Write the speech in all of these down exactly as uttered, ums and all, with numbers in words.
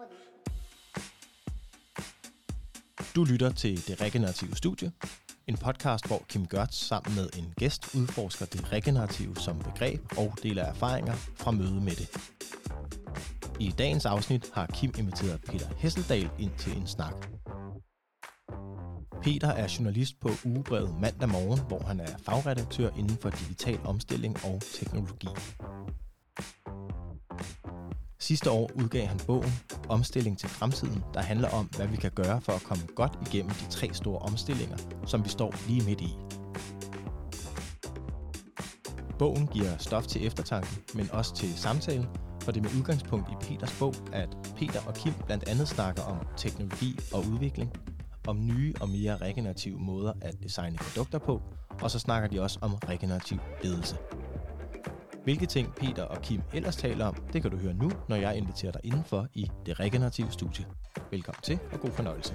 Du lytter til Det Regenerative Studie, en podcast, hvor Kim Gørtz sammen med en gæst udforsker det regenerative som begreb og deler erfaringer fra møde med det. I dagens afsnit har Kim inviteret Peter Hesseldal ind til en snak. Peter er journalist på ugebrevet Mandag Morgen, hvor han er fagredaktør inden for digital omstilling og teknologi. Sidste år udgav han bogen Omstilling til fremtiden, der handler om, hvad vi kan gøre for at komme godt igennem de tre store omstillinger, som vi står lige midt i. Bogen giver stof til eftertanke, men også til samtale, for det er med udgangspunkt i Peters bog, at Peter og Kim blandt andet snakker om teknologi og udvikling, om nye og mere regenerative måder at designe produkter på, og så snakker de også om regenerativ ledelse. Hvilke ting Peter og Kim ellers taler om, det kan du høre nu, når jeg inviterer dig indenfor i Det Regenerative Studie. Velkommen til, og god fornøjelse.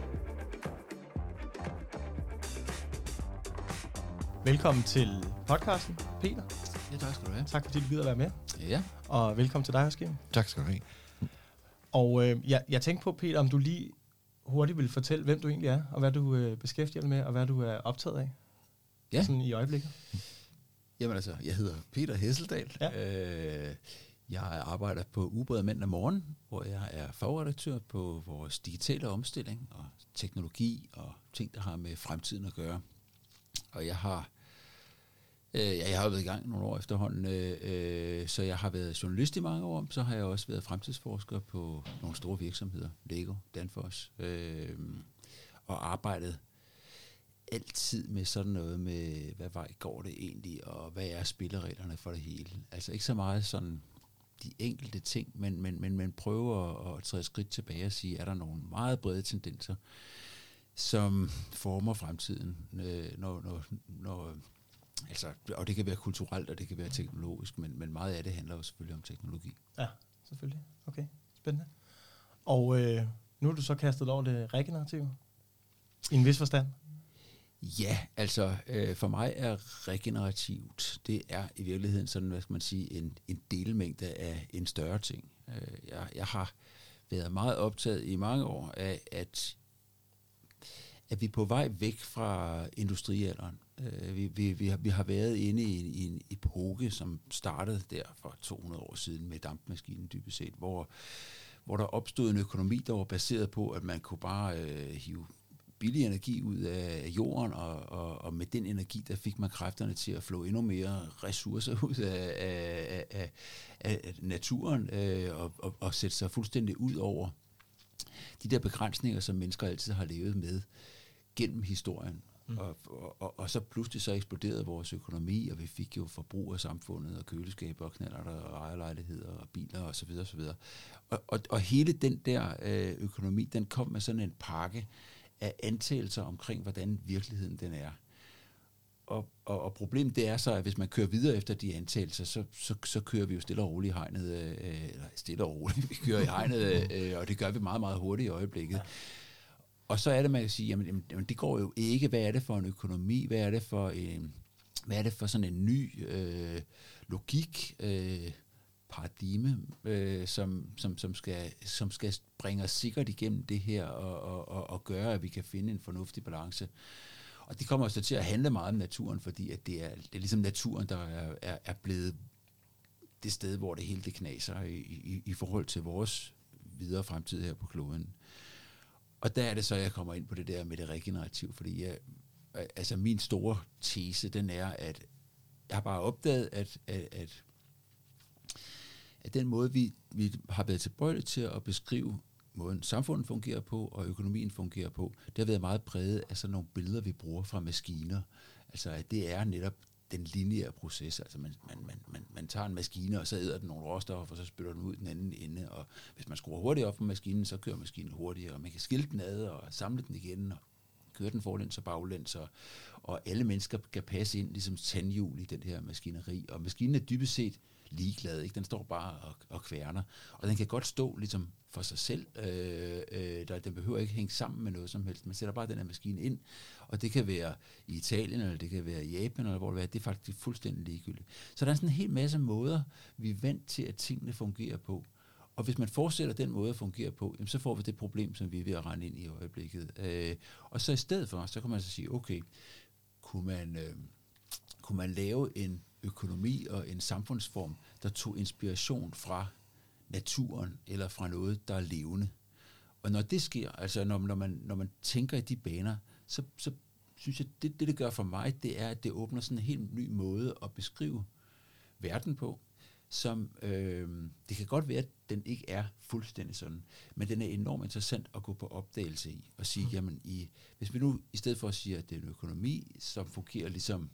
Velkommen til podcasten, Peter. Ja, tak skal du have. Tak fordi du gider være med. Ja. Og velkommen til dig også, Kim. Tak skal du have. Og øh, jeg, jeg tænkte på, Peter, om du lige hurtigt vil fortælle, hvem du egentlig er, og hvad du øh, beskæftiger dig med, og hvad du er optaget af. Ja. Sådan i øjeblikket. Jamen altså, jeg hedder Peter Hesseldal. Ja. Øh, jeg arbejder på ugebrevet Mandag Morgen, hvor jeg er fagredaktør på vores digitale omstilling og teknologi og ting, der har med fremtiden at gøre. Og jeg har, øh, ja, jeg har været i gang nogle år efterhånden, øh, så jeg har været journalist i mange år, så har jeg også været fremtidsforsker på nogle store virksomheder, Lego, Danfoss, øh, og arbejdet altid med sådan noget med, hvad vej går det egentlig, og hvad er spillereglerne for det hele. Altså ikke så meget sådan de enkelte ting, men, men, men, men prøve at, at træde skridt tilbage og sige, er der nogle meget brede tendenser, som former fremtiden, når, når, når, altså, og det kan være kulturelt, og det kan være teknologisk, men, men meget af det handler jo selvfølgelig om teknologi. Ja, selvfølgelig. Okay, spændende. Og øh, nu er du så kastet over det regenerative, i en vis forstand. Ja, altså øh, for mig er regenerativt, det er i virkeligheden sådan, hvad skal man sige, en, en delmængde af en større ting. Øh, jeg, jeg har været meget optaget i mange år af, at, at vi er på vej væk fra industrialderen. Øh, vi, vi, vi, har, vi har været inde i, i en epoke, som startede der for to hundrede år siden med dampmaskinen dybest set, hvor, hvor der opstod en økonomi, der var baseret på, at man kunne bare øh, hive billig energi ud af jorden, og, og, og med den energi, der fik man kræfterne til at flå endnu mere ressourcer ud af, af, af, af naturen, øh, og, og, og sætte sig fuldstændig ud over de der begrænsninger, som mennesker altid har levet med gennem historien. Mm. Og, og, og så pludselig så eksploderede vores økonomi, og vi fik jo forbrug af samfundet, og køleskaber, og knallerter, og ejerlejligheder, og biler, og så videre, og så videre. Og, og, og hele den der øh, økonomi, den kom med sådan en pakke af antagelser omkring, hvordan virkeligheden den er. Og, og, og problemet det er så, at hvis man kører videre efter de antagelser, så, så, så kører vi jo stille og roligt i hegnet, øh, eller stille og roligt, vi kører i hegnet, øh, og det gør vi meget, meget hurtigt i øjeblikket. Og så er det, man kan sige, jamen, jamen det går jo ikke, hvad er det for en økonomi, hvad er det for en, hvad er det for sådan en ny øh, logik, øh, paradigme, øh, som, som, som, skal, som skal bringe os sikkert igennem det her og, og, og, og gøre, at vi kan finde en fornuftig balance. Og det kommer også til at handle meget om naturen, fordi at det, er, det er ligesom naturen, der er, er, er blevet det sted, hvor det hele det knaser i, i, i forhold til vores videre fremtid her på kloden. Og der er det så, jeg kommer ind på det der med det regenerative, fordi jeg, altså min store tese, den er, at jeg har bare opdaget, at, at, at at den måde, vi, vi har været tilbøjelige til at beskrive måden samfundet fungerer på, og økonomien fungerer på, det har været meget præget af sådan nogle billeder, vi bruger fra maskiner. Altså, at det er netop den lineære proces. Altså, man, man, man, man, man tager en maskine, og så æder den nogle råstoffer, og så spytter den ud den anden ende, og hvis man skruer hurtigt op på maskinen, så kører maskinen hurtigere, og man kan skilte den ad, og samle den igen, og køre den forlæns og baglæns, og, og alle mennesker kan passe ind, ligesom tandhjul i den her maskineri, og maskinen er dybest set ligeglad, ikke? Den står bare og, og kværner, og den kan godt stå ligesom for sig selv, øh, øh, der, den behøver ikke hænge sammen med noget som helst, man sætter bare den her maskine ind, og det kan være i Italien, eller det kan være i Japan, eller hvor det er, det er faktisk fuldstændig ligegyldigt. Så der er sådan en hel masse måder, vi er vant til, at tingene fungerer på, Og hvis man fortsætter den måde at fungere på, jamen, så får vi det problem, som vi er ved at rende ind i øjeblikket. Øh, og så i stedet for, så kan man så sige, okay, kunne man, øh, kunne man lave en økonomi og en samfundsform, der tog inspiration fra naturen eller fra noget, der er levende. Og når det sker, altså når, når, man, når man tænker i de baner, så, så synes jeg, det, det det gør for mig, det er, at det åbner sådan en helt ny måde at beskrive verden på, som øh, det kan godt være, at den ikke er fuldstændig sådan, men den er enormt interessant at gå på opdagelse i, og sige, mm. jamen, i, hvis vi nu i stedet for at sige, at det er en økonomi, som fungerer ligesom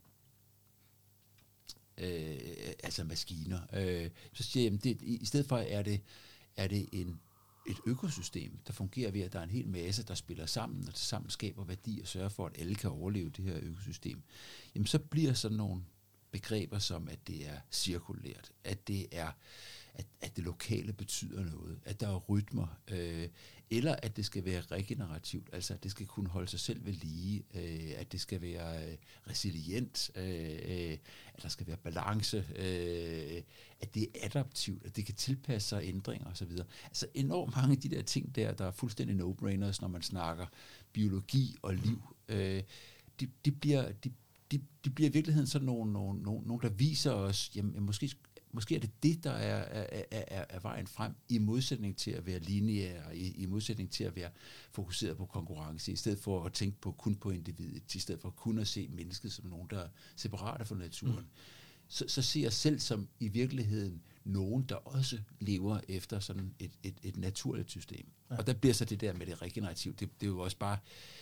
øh, altså maskiner, øh, så siger jeg, jamen, det, i, i stedet for er det, er det en et økosystem, der fungerer ved, at der er en hel masse, der spiller sammen, og til sammen skaber værdi og sørger for, at alle kan overleve det her økosystem, jamen så bliver sådan nogle begreber som, at det er cirkulært, at det er, at, at det lokale betyder noget, at der er rytmer, øh, eller at det skal være regenerativt, altså at det skal kunne holde sig selv ved lige, øh, at det skal være øh, resilient, øh, at der skal være balance, øh, at det er adaptivt, at det kan tilpasse sig ændringer osv. Altså enormt mange af de der ting der, der er fuldstændig no-brainers, når man snakker biologi og liv, øh, de, de bliver... De, De, de bliver i virkeligheden sådan nogle, nogle, nogle, nogle der viser os, jamen måske, måske er det det, der er, er, er, er vejen frem, i modsætning til at være lineær, i, i modsætning til at være fokuseret på konkurrence, i stedet for at tænke på kun på individet, i stedet for kun at se mennesket som nogen, der er separate fra naturen. Mm. Så, så ser jeg selv som i virkeligheden nogen, der også lever efter sådan et, et, et naturligt system. Ja. Og der bliver så det der med det regenerativt, det, det er jo også bare...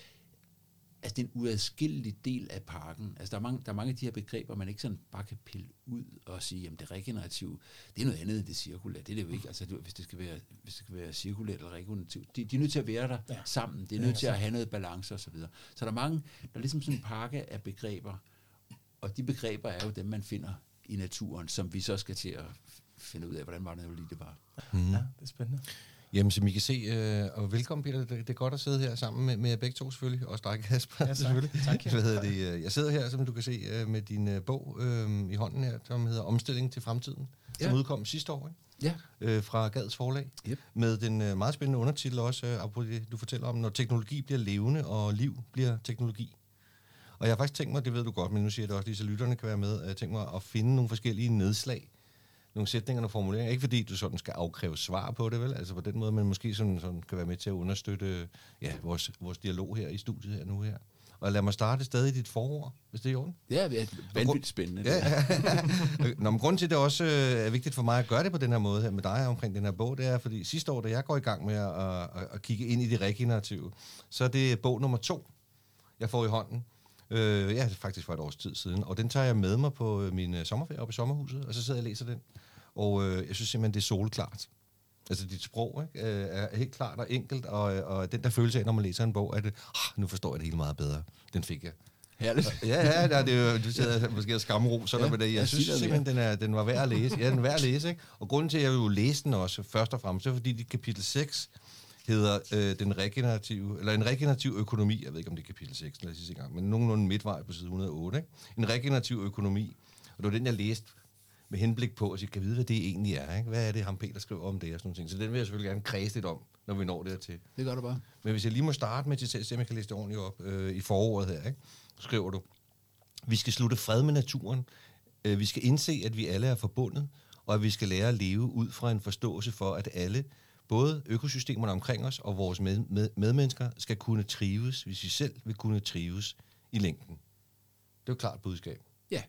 Altså, det er en uadskillelig del af parken. Altså, der er, mange, der er mange af de her begreber, man ikke sådan bare kan pille ud og sige, jamen, det regenerative, det er noget andet end det cirkulære. Det er det jo ikke. Altså, det, hvis det skal være, hvis det skal være cirkulært eller regenerativt, de, de er nødt til at være der ja. sammen. Det er nødt ja, til at have noget balance og så videre. Så der er mange, der er ligesom sådan en pakke af begreber, og de begreber er jo dem, man finder i naturen, som vi så skal til at finde ud af, hvordan var det jo lige det var. Mm. Ja, det er spændende. Jamen, som I kan se, øh, og velkommen, Peter. Det, det er godt at sidde her sammen med, med jer begge to, selvfølgelig. Også dig, Kasper, ja, selvfølgelig. Tak. Hvad hedder det? Jeg sidder her, som du kan se, øh, med din øh, bog øh, i hånden her, som hedder Omstilling til fremtiden, ja. som udkom sidste år, ikke? Ja. Øh, fra Gads Forlag, yep. med den øh, meget spændende undertitel også, øh, du fortæller om, når teknologi bliver levende, og liv bliver teknologi. Og jeg har faktisk tænkt mig, det ved du godt, men nu siger jeg det også lige, så lytterne kan være med, at jeg tænkt mig at finde nogle forskellige nedslag, nogle sætninger og formuleringer. Ikke fordi du sådan skal afkræve svar på det, vel? Altså på den måde, men måske sådan, sådan kan være med til at understøtte ja, vores, vores dialog her i studiet her nu her. Og lad mig starte stadig i dit forord, hvis det er i orden. Ja, det er vanvittigt spændende. Ja, ja. Nå, men grunden til, at det også er vigtigt for mig at gøre det på den her måde her med dig omkring den her bog, det er, fordi sidste år, da jeg går i gang med at, at, at kigge ind i det regenerative, så er det bog nummer to, jeg får i hånden. Øh, ja, faktisk for et års tid siden. Og den tager jeg med mig på min øh, sommerferie oppe i sommerhuset, og så sidder jeg og læser den. Og øh, jeg synes simpelthen, det er solklart. Altså dit sprog ikke, øh, er helt klart og enkelt, og, og den der følelse af, når man læser en bog, at det, ah, nu forstår jeg det hele meget bedre. Den fik jeg. Herligt. Ja, ja, der, det er jo, du sidder måske og skamro, så ja, med det. Jeg, jeg synes simpelthen, den, er, den var værd at læse. Ja, den er værd at læse, ikke? Og grunden til, at jeg jo læste den også, først og fremmest, det er fordi, det kapitel seks hedder øh, den regenerative, eller en regenerativ økonomi, jeg ved ikke, om det er kapitel seks, lad os sige gang, men nogenlunde midtvej på side et hundrede og otte, ikke? En regenerativ økonomi, og det var den, jeg læste med henblik på, at jeg kan vide, hvad det egentlig er, ikke? Hvad er det, ham Peter skriver om det og sådan nogle ting. Så den vil jeg selvfølgelig gerne kredse lidt om, når vi når dertil. Det gør du bare. Men hvis jeg lige må starte med til at se, om jeg kan læse det ordentligt op øh, i forordet her, ikke? Så skriver du, vi skal slutte fred med naturen, øh, vi skal indse, at vi alle er forbundet, og at vi skal lære at leve ud fra en forståelse for, at alle, både økosystemerne omkring os og vores med, med, medmennesker, skal kunne trives, hvis vi selv vil kunne trives i længden. Det er jo klart budskab. Ja.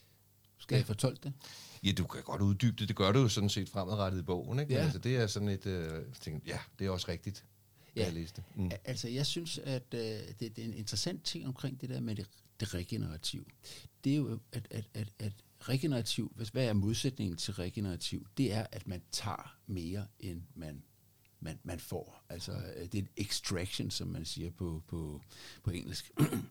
Skal jeg fortolke det? Ja, du kan godt uddybe det. Det gør du jo sådan set fremadrettet i bogen, ikke? Ja. Altså, det er sådan et... Øh, tænker, ja, det er også rigtigt, ja. jeg læste. Mm. Altså, jeg synes, at øh, det, det er en interessant ting omkring det der med det, det regenerative. Det er jo, at, at, at, at regenerativ, hvad er modsætningen til regenerativ? Det er, at man tager mere, end man, man, man får. Altså, det er en extraction, som man siger på, på, på engelsk.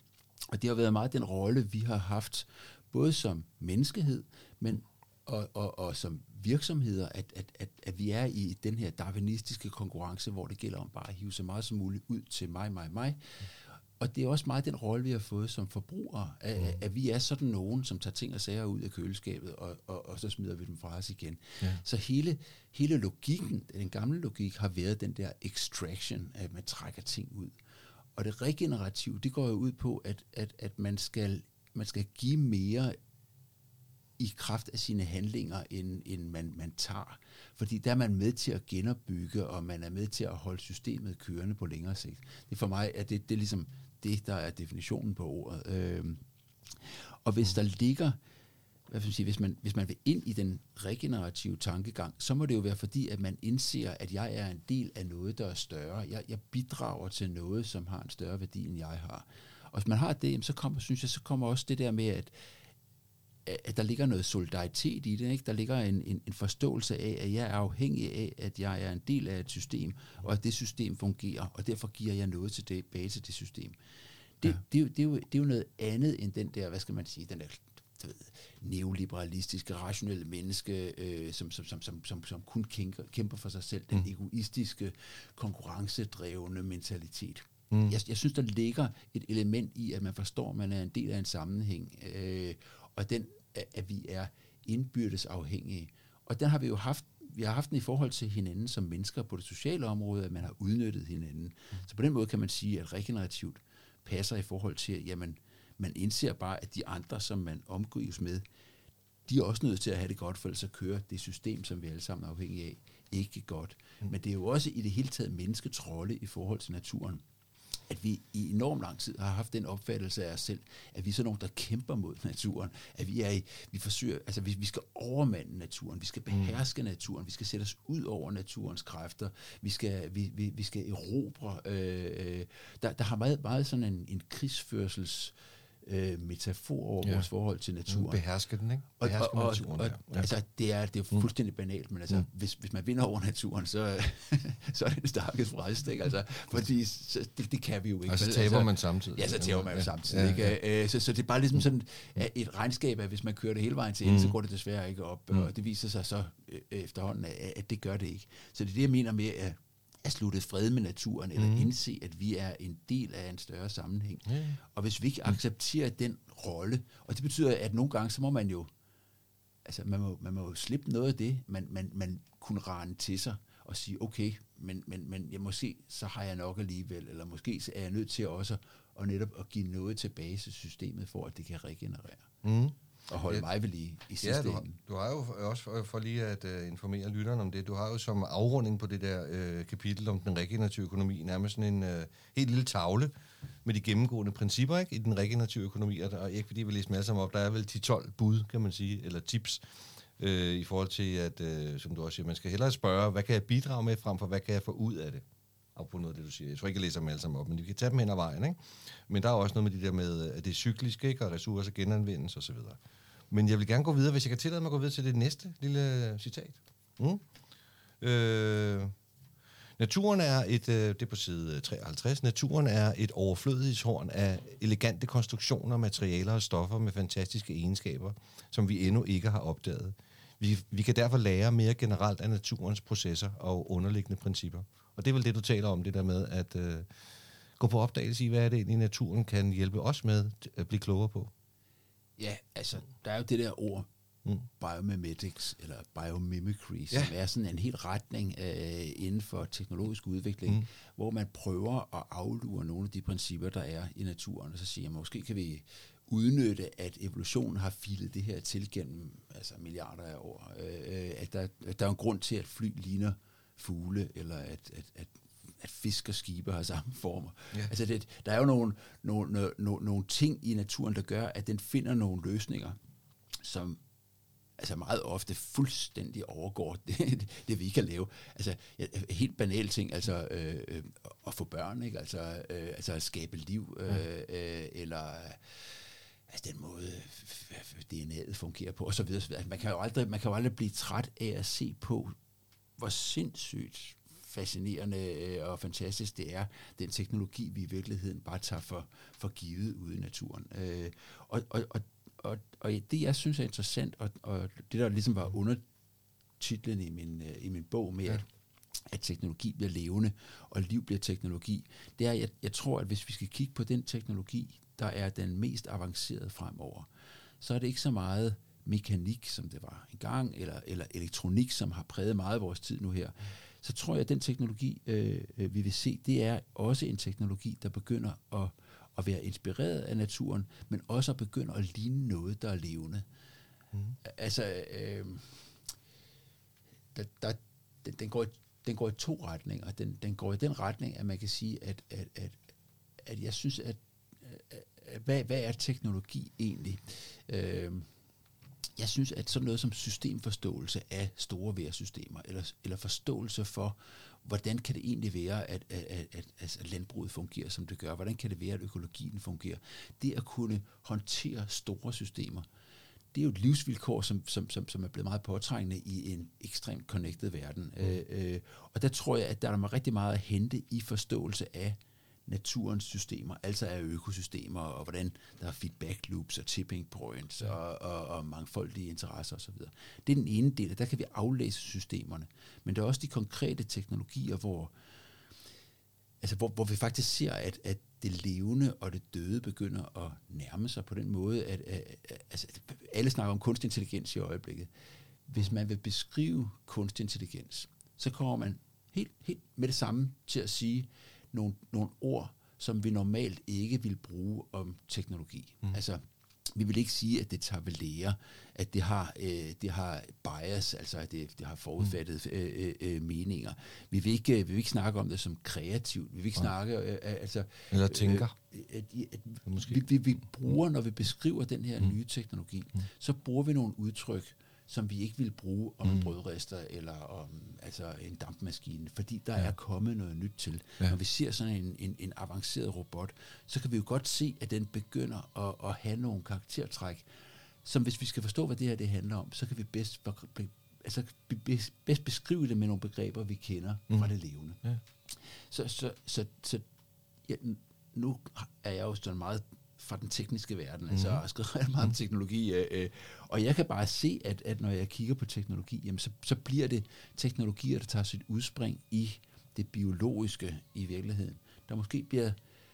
Og det har været meget den rolle, vi har haft, både som menneskehed, men og, og, og som virksomheder, at, at, at, at vi er i den her darwinistiske konkurrence, hvor det gælder om bare at hive så meget som muligt ud til mig, mig, mig. og det er også meget den rolle, vi har fået som forbrugere, at, mm. at vi er sådan nogen, som tager ting og sager ud af køleskabet, og, og, og så smider vi dem fra os igen. Ja. Så hele, hele logikken, den gamle logik, har været den der extraction, at man trækker ting ud. Og det regenerative, det går jo ud på, at, at, at man, skal, man skal give mere i kraft af sine handlinger, end, end man, man tager. Fordi der er man med til at genopbygge, og man er med til at holde systemet kørende på længere sigt. Det for mig er det, det er ligesom det, der er definitionen på ordet. Øhm, og hvis der ligger, hvad vil jeg sige, hvis man, hvis man vil ind i den regenerative tankegang, så må det jo være fordi, at man indser, at jeg er en del af noget, der er større. Jeg, jeg bidrager til noget, som har en større værdi, end jeg har. Og hvis man har det, så kommer, synes jeg, så kommer også det der med, at at der ligger noget solidaritet i det, ikke? Der ligger en, en, en forståelse af, at jeg er afhængig af, at jeg er en del af et system, og at det system fungerer, og derfor giver jeg noget tilbage til det system. Det, ja. det, det, det, er jo, det er jo noget andet end den der, hvad skal man sige, den der du ved, neoliberalistiske, rationelle menneske, øh, som, som, som, som, som, som kun kæmper, kæmper for sig selv, den mm. egoistiske, konkurrencedrevne mentalitet. Mm. Jeg, jeg synes, der ligger et element i, at man forstår, at man er en del af en sammenhæng, øh, og den, at vi er indbyrdes afhængige. Og den har vi jo haft, vi har haft den i forhold til hinanden som mennesker på det sociale område, at man har udnyttet hinanden. Mm. Så på den måde kan man sige, at regenerativt passer i forhold til, jamen, man indser bare, at de andre, som man omgives med, de er også nødt til at have det godt, for ellers så kører det system, som vi alle sammen er afhængige af, ikke godt. Mm. Men det er jo også i det hele taget menneskets rolle i forhold til naturen, at vi i enormt lang tid har haft den opfattelse af os selv, at vi er sådan nogen, der kæmper mod naturen, at vi er i, vi forsøger, altså vi, vi skal overmande naturen, vi skal beherske mm. naturen, vi skal sætte os ud over naturens kræfter, vi skal, vi, vi, vi skal erobre. Øh, der, der har meget, meget sådan en, en krigsførsels øh, metafor over ja. vores forhold til naturen. Beherske den, ikke? Beherske og, og, naturen, og, ja. Altså, det er, det er jo fuldstændig banalt, men altså, mm. hvis, hvis man vinder over naturen, så, så er det en stakkels frelst, ikke? Altså, fordi så, det, det kan vi jo ikke. Og så taber altså, man samtidig. Ja, så taber man jo samtidig, ja, ja. ikke? Så, så det er bare ligesom sådan et regnskab, at hvis man kører det hele vejen til ende, mm. så går det desværre ikke op, mm. og det viser sig så efterhånden, at det gør det ikke. Så det er det, jeg mener med, at at slutte fred med naturen, eller mm. indse, at vi er en del af en større sammenhæng. Mm. Og hvis vi ikke accepterer den rolle, og det betyder, at nogle gange, så må man jo, altså man må, man må jo slippe noget af det, man, man, man kunne rane til sig, og sige, okay, men, men, men jeg måske, så har jeg nok alligevel, eller måske så er jeg nødt til også at netop at give noget tilbage til systemet, for at det kan regenerere. Mm. Og holde ja. mig ved lige i sidste ja, du har, du har jo også, for, for lige at uh, informere lytterne om det, du har jo som afrunding på det der uh, kapitel om den regenerative økonomi, nærmest sådan en uh, helt lille tavle med de gennemgående principper, ikke, i den regenerative økonomi, og ikke fordi vi læser dem alle sammen op, der er vel ti tolv bud, kan man sige, eller tips, uh, i forhold til, at, uh, som du også siger, man skal hellere spørge, hvad kan jeg bidrage med, frem for hvad kan jeg få ud af det? Og på noget af det, du siger. Jeg tror ikke, jeg læser dem alle sammen op, men vi kan tage dem hen ad vejen, ikke? Men der er også noget med det der med, at det er cyklisk, ikke? Og ressourcer genanvendes osv. Men jeg vil gerne gå videre, hvis jeg kan tillade mig at gå videre til det næste lille citat. Mm. Øh, naturen er et, det er på side treoghalvtreds, naturen er et overflødighedshorn af elegante konstruktioner, materialer og stoffer med fantastiske egenskaber, som vi endnu ikke har opdaget. Vi, vi kan derfor lære mere generelt af naturens processer og underliggende principper. Og det er vel det, du taler om, det der med at øh, gå på opdagelse i, hvad er det egentlig, naturen kan hjælpe os med at blive klogere på. Ja, altså, der er jo det der ord, mm. biomimetics, eller biomimicry, som ja. er sådan en helt retning øh, inden for teknologisk udvikling, mm. hvor man prøver at aflure nogle af de principper, der er i naturen, og så siger man, måske kan vi udnytte, at evolutionen har filet det her til gennem altså milliarder af år. Øh, at der, at der er en grund til, at fly ligner fugle, eller at, at, at, at fisk og skibe har samme former. Ja. Altså det, der er jo nogle, nogle, nogle, nogle ting i naturen, der gør, at den finder nogle løsninger, som altså meget ofte fuldstændig overgår det, det vi kan lave. Altså helt banale ting, altså øh, at få børn, ikke? Altså, øh, altså at skabe liv, øh, øh, eller altså den måde D N A'et fungerer på, og så videre. Så videre. Man kan jo aldrig, man kan jo aldrig blive træt af at se på, hvor sindssygt fascinerende og fantastisk det er, den teknologi, vi i virkeligheden bare tager for, for givet ude i naturen. Øh, og, og, og, og, og det, jeg synes er interessant, og, og det, der ligesom var undertitlen i min, i min bog med, ja. at, at teknologi bliver levende, og liv bliver teknologi, det er, jeg, jeg tror, at hvis vi skal kigge på den teknologi, der er den mest avancerede fremover, så er det ikke så meget mekanik, som det var engang, eller, eller elektronik, som har præget meget af vores tid nu her. Så tror jeg, at den teknologi, øh, vi vil se, det er også en teknologi, der begynder at, at være inspireret af naturen, men også at begynde at ligne noget, der er levende. Mm. Altså, øh, der, der, den, den, går i, den går i to retninger. Den, den går i den retning, at man kan sige, at, at, at, at jeg synes, at, at hvad, hvad er teknologi egentlig? Øh, Jeg synes, at sådan noget som systemforståelse af store vejrsystemer, eller, eller forståelse for, hvordan kan det egentlig være, at, at, at, at landbruget fungerer, som det gør, hvordan kan det være, at økologien fungerer, det at kunne håndtere store systemer, det er jo et livsvilkår, som, som, som, som er blevet meget påtrængende i en ekstremt connected verden. Mm. Øh, øh, og der tror jeg, at der er rigtig meget at hente i forståelse af naturens systemer, altså af økosystemer, og hvordan der er feedback loops og tipping points ja. og, og, og mangfoldige interesser osv. Det er den ene del, der kan vi aflæse systemerne. Men der er også de konkrete teknologier, hvor, altså hvor, hvor vi faktisk ser, at, at det levende og det døde begynder at nærme sig på den måde, at, at, at altså, alle snakker om kunstig intelligens i øjeblikket. Hvis man vil beskrive kunstig intelligens, så kommer man helt, helt med det samme til at sige, Nogle, nogle ord, som vi normalt ikke vil bruge om teknologi. Mm. Altså, vi vil ikke sige, at det tager ved lære, at det har, øh, det har bias, altså at det, det har forudfattede øh, øh, meninger. Vi vil, ikke, vi vil ikke snakke om det som kreativt. Vi vil ikke ja. snakke... Øh, altså, Eller tænker. Øh, at, at, vi, vi, vi bruger, når vi beskriver den her mm. nye teknologi, mm. så bruger vi nogle udtryk, som vi ikke vil bruge om mm. en brødrester eller om altså en dampmaskine, fordi der ja. er kommet noget nyt til. Ja. Når vi ser sådan en, en, en avanceret robot, så kan vi jo godt se, at den begynder at, at have nogle karaktertræk, som hvis vi skal forstå, hvad det her det handler om, så kan vi bedst, altså, bedst beskrive det med nogle begreber, vi kender mm. fra det levende. Ja. Så, så, så, så ja, nu er jeg jo sådan meget fra den tekniske verden, altså jeg har skrevet rigtig meget om teknologi, øh, øh, og jeg kan bare se, at, at når jeg kigger på teknologi, jamen så, så bliver det teknologier, der tager sit udspring i det biologiske i virkeligheden. Der måske bliver,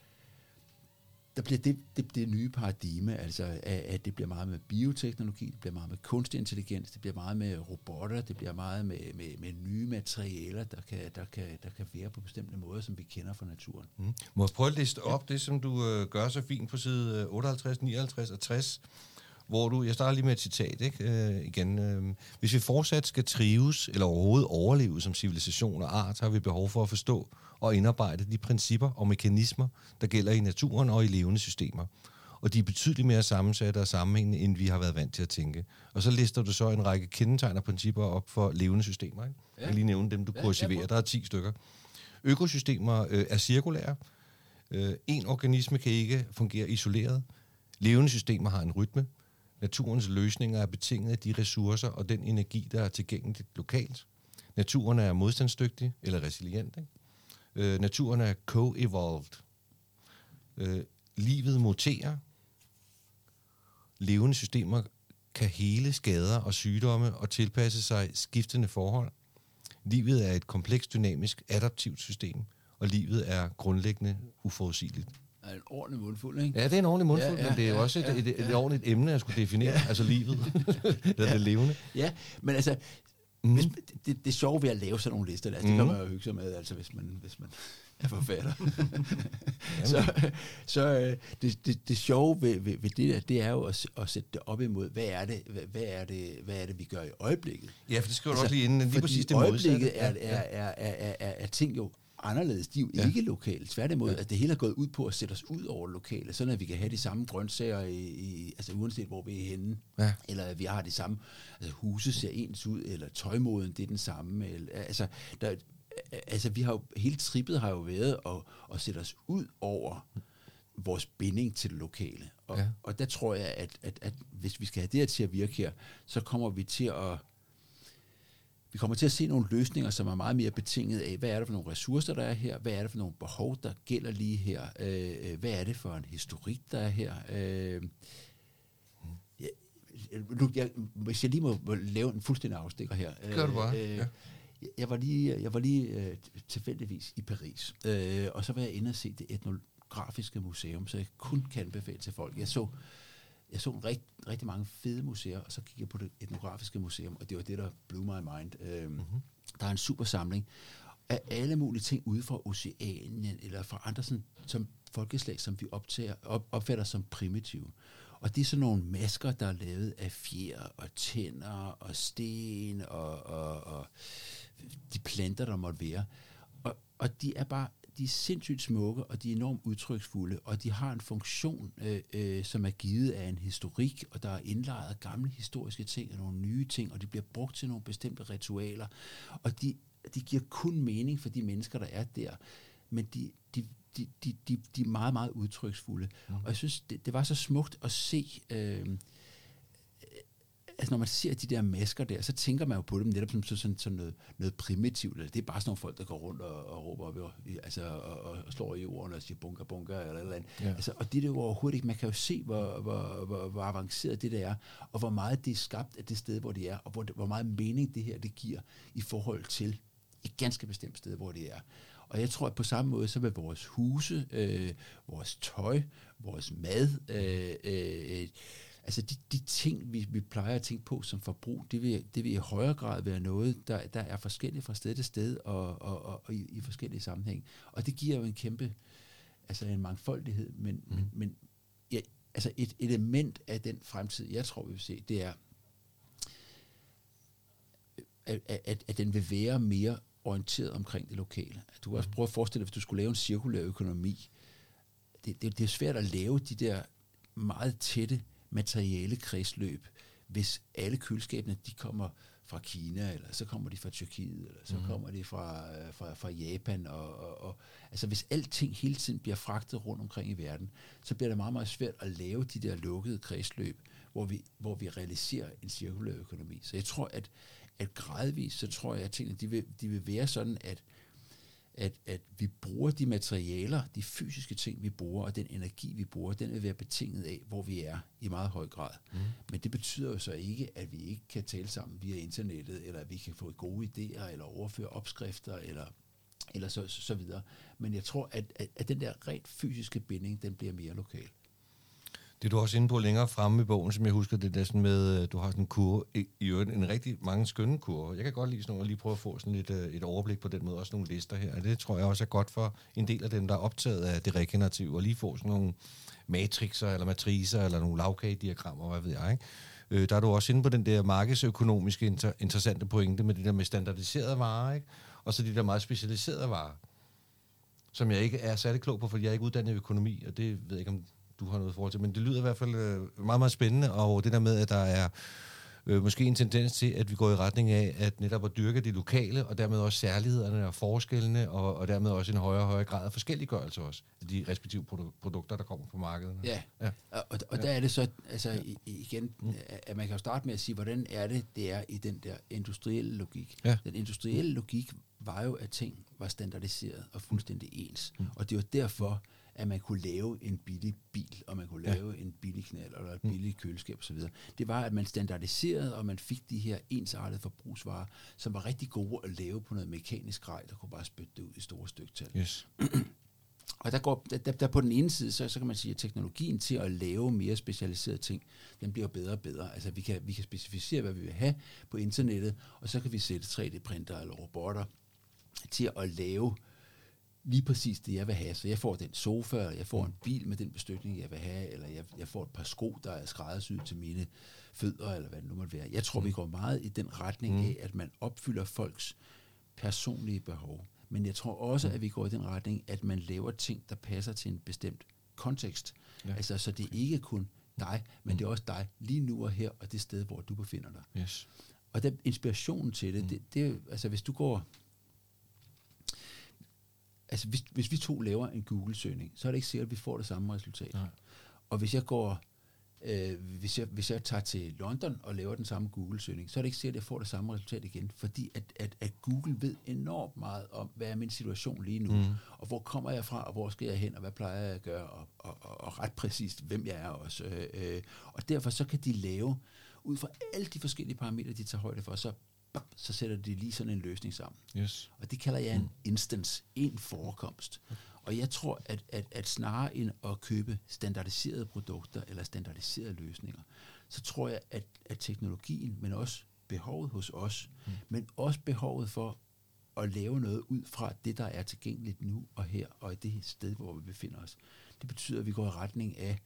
der bliver det, det, det nye paradigme, altså at, at det bliver meget med bioteknologi, det bliver meget med kunstig intelligens, det bliver meget med robotter, det bliver meget med, med, med nye materialer, der kan, der, kan, der kan være på bestemte måder, som vi kender fra naturen. Mm. Må jeg prøve at liste op ja. det, som du øh, gør så fint på side otteoghalvtreds, nioghalvtreds og tres, hvor du, jeg starter lige med et citat, ikke? Øh, igen. Øh, Hvis vi fortsat skal trives eller overhovedet overleve som civilisation og art, har vi behov for at forstå og indarbejde de principper og mekanismer, der gælder i naturen og i levende systemer. Og de er betydeligt mere sammensatte og sammenhængende, end vi har været vant til at tænke. Og så lister du så en række kendetegn og principper op for levende systemer. Ikke? Ja. Jeg kan lige nævne dem, du ja, kursiverer. Der er ti stykker. Økosystemer øh, er cirkulære. Øh, en organisme kan ikke fungere isoleret. Levende systemer har en rytme. Naturens løsninger er betinget af de ressourcer og den energi, der er tilgængeligt lokalt. Naturen er modstandsdygtig eller resilient. Ikke? Øh, naturen er co-evolved. Øh, livet muterer. Levende systemer kan hele skader og sygdomme og tilpasse sig skiftende forhold. Livet er et komplekst, dynamisk, adaptivt system, og livet er grundlæggende uforudsigeligt. Er en ordentlig mundfuld, ikke? Ja, det er en ordentlig mundfuld, ja, ja, men det er ja, også et, ja, et, et, et ja. ordentligt emne, jeg skulle definere, ja. altså livet, det er ja. det levende. Ja, men altså, mm. hvis, det, det sjove ved at lave sådan nogle lister, altså, mm. det kan man jo hygge sig med, altså hvis man, hvis man er forfatter. så så det, det, det sjove ved, ved, ved det der, det er jo at, at sætte det op imod, hvad er det, hvad, hvad er det, hvad er det, vi gør i øjeblikket? Ja, for det skal jo altså, også lige inden, lige præcis det modsatte. Fordi er, er, er, er, er, er, er ting jo anderledes. De er jo ja. ikke lokale. Tværtimod, ja. at det hele er gået ud på at sætte os ud over lokale, sådan at vi kan have de samme grøntsager, i, i, altså uanset hvor vi er henne, ja. eller at vi har de samme, altså huse ser ens ud, eller tøjmoden, det er den samme. Eller, altså, der, altså, vi har jo, hele trippet har jo været at, at sætte os ud over vores binding til det lokale. Og, ja. og der tror jeg, at, at, at hvis vi skal have det her til at virke her, så kommer vi til at Vi kommer til at se nogle løsninger, som er meget mere betinget af, hvad er det for nogle ressourcer, der er her, hvad er det for nogle behov, der gælder lige her, øh, hvad er det for en historik, der er her. Øh, jeg, nu, jeg, hvis jeg lige må, må lave en fuldstændig afstikker her. Gør du bare, øh, ja. Jeg var lige, jeg var lige øh, tilfældigvis i Paris, øh, og så var jeg inde og se det etnografiske museum, så jeg kun kan anbefale til folk. Jeg så, jeg så rigt, rigtig mange fede museer, og så kiggede jeg på det etnografiske museum, og det var det, der blew my mind. Øh, mm-hmm. Der er en super samling af alle mulige ting ude fra Oceanien, eller fra andre sådan, som folkeslag, som vi optager, op, opfatter som primitive. Og det er sådan nogle masker, der er lavet af fjer og tænder og sten og, og, og de planter, der måtte være. Og, og de er bare, de er sindssygt smukke, og de er enormt udtryksfulde, og de har en funktion, øh, øh, som er givet af en historik, og der er indlejret gamle historiske ting og nogle nye ting, og de bliver brugt til nogle bestemte ritualer, og de, de giver kun mening for de mennesker, der er der, men de, de De, de, de, de er meget, meget udtryksfulde. Mm. Og jeg synes, det, det var så smukt at se, øh, altså når man ser de der masker der, så tænker man jo på dem netop som sådan, sådan noget, noget primitivt, eller det er bare sådan nogle folk, der går rundt og, og råber op, altså, og, og slår i jorden og siger bunker, bunker, eller eller andet. Ja. Altså, og det er det jo overhovedet ikke. Man kan jo se, hvor, hvor, hvor, hvor avanceret det der er, og hvor meget det er skabt af det sted, hvor det er, og hvor, hvor meget mening det her, det giver i forhold til et ganske bestemt sted, hvor det er. Og jeg tror, at på samme måde, så vil vores huse, øh, vores tøj, vores mad, øh, øh, altså de, de ting, vi, vi plejer at tænke på som forbrug, det vil, det vil i højere grad være noget, der, der er forskelligt fra sted til sted og, og, og, og i, i forskellige sammenhæng. Og det giver jo en kæmpe, altså en mangfoldighed, men, mm. men, men ja, altså et element af den fremtid, jeg tror, vi vil se, det er, at, at, at den vil være mere orienteret omkring det lokale. Du kan også prøve at forestille dig, hvis du skulle lave en cirkulær økonomi. Det, det, det er svært at lave de der meget tætte materiale kredsløb, hvis alle køleskabene, de kommer fra Kina, eller så kommer de fra Tyrkiet, eller så mm. kommer de fra, fra, fra Japan. Og, og, og, altså hvis alting hele tiden bliver fragtet rundt omkring i verden, så bliver det meget, meget svært at lave de der lukkede kredsløb, hvor vi, hvor vi realiserer en cirkulær økonomi. Så jeg tror, at at gradvist, så tror jeg, at tingene, de vil, de vil være sådan, at, at, at vi bruger de materialer, de fysiske ting, vi bruger, og den energi, vi bruger, den vil være betinget af, hvor vi er i meget høj grad. Mm. Men det betyder jo så ikke, at vi ikke kan tale sammen via internettet, eller at vi kan få gode idéer, eller overføre opskrifter, eller, eller så, så, så videre. Men jeg tror, at, at, at den der rent fysiske binding, den bliver mere lokal. Det er du også inde på længere fremme i bogen, som jeg husker, det der sådan med, du har sådan en kurve, i, i øvrigt en rigtig mange skønne kurver. Jeg kan godt lide sådan noget, og lige prøve at få sådan lidt, et overblik på den måde, også nogle lister her. Og det tror jeg også er godt for en del af dem, der er optaget af det regenerative, og lige få sådan nogle matrixer, eller matricer, eller nogle lavkagediagrammer, hvad ved jeg, ikke? Øh, der er du også inde på den der markedsøkonomiske inter- interessante pointe, med det der med standardiserede varer, ikke? Og så de der meget specialiserede varer, som jeg ikke er særlig klog på, fordi jeg er ikke uddannet i økonomi, og det ved jeg ikke, om du har noget forhold til, men det lyder i hvert fald øh, meget, meget spændende, og det der med, at der er øh, måske en tendens til, at vi går i retning af, at netop at dyrke de lokale, og dermed også særlighederne og forskellene, og, og dermed også en højere og højere grad af forskelliggørelse også, af de respektive produ- produkter, der kommer på markedet. Ja, ja. og, og ja. Der er det så, altså ja. igen, mm. at man kan jo starte med at sige, hvordan er det, det er i den der industrielle logik. Ja. Den industrielle logik var jo, at ting var standardiseret og fuldstændig ens, mm. og det var derfor, at man kunne lave en billig bil, og man kunne lave ja. en billig knald, eller et billigt køleskab osv. Det var, at man standardiserede, og man fik de her ensartede forbrugsvarer, som var rigtig gode at lave på noget mekanisk grej, der kunne bare spytte det ud i store styktal. Yes. Og der, går, der, der på den ene side, så, så kan man sige, at teknologien til at lave mere specialiserede ting, den bliver bedre og bedre. Altså vi kan, vi kan specificere, hvad vi vil have på internettet, og så kan vi sætte tre D-printer eller robotter til at lave lige præcis det, jeg vil have. Så jeg får den sofa, eller jeg får en bil med den bestykning, jeg vil have, eller jeg, jeg får et par sko, der er skræddersyet til mine fødder, eller hvad det nu måtte være. Jeg tror, mm. vi går meget i den retning mm. af, at man opfylder folks personlige behov. Men jeg tror også, mm. at vi går i den retning, at man laver ting, der passer til en bestemt kontekst. Ja. Altså, så det er ikke kun dig, men mm. det er også dig lige nu og her, og det sted, hvor du befinder dig. Yes. Og der, inspirationen til det, mm. det, det, altså hvis du går... Altså, hvis, hvis vi to laver en Google-søgning, så er det ikke sikkert, at vi får det samme resultat. Nej. Og hvis jeg går, øh, hvis, jeg, hvis jeg tager til London og laver den samme Google-søgning, så er det ikke sikkert, at jeg får det samme resultat igen, fordi at, at, at Google ved enormt meget om, hvad er min situation lige nu, mm. og hvor kommer jeg fra, og hvor skal jeg hen, og hvad plejer jeg at gøre, og, og, og, og ret præcist, hvem jeg er også. Øh, øh, og derfor så kan de lave, ud fra alle de forskellige parametre, de tager højde for, så så sætter de lige sådan en løsning sammen. Yes. Og det kalder jeg en instance, en forekomst. Og jeg tror, at, at, at snarere end at købe standardiserede produkter eller standardiserede løsninger, så tror jeg, at, at teknologien, men også behovet hos os, mm. men også behovet for at lave noget ud fra det, der er tilgængeligt nu og her, og i det sted, hvor vi befinder os. Det betyder, at vi går i retning af,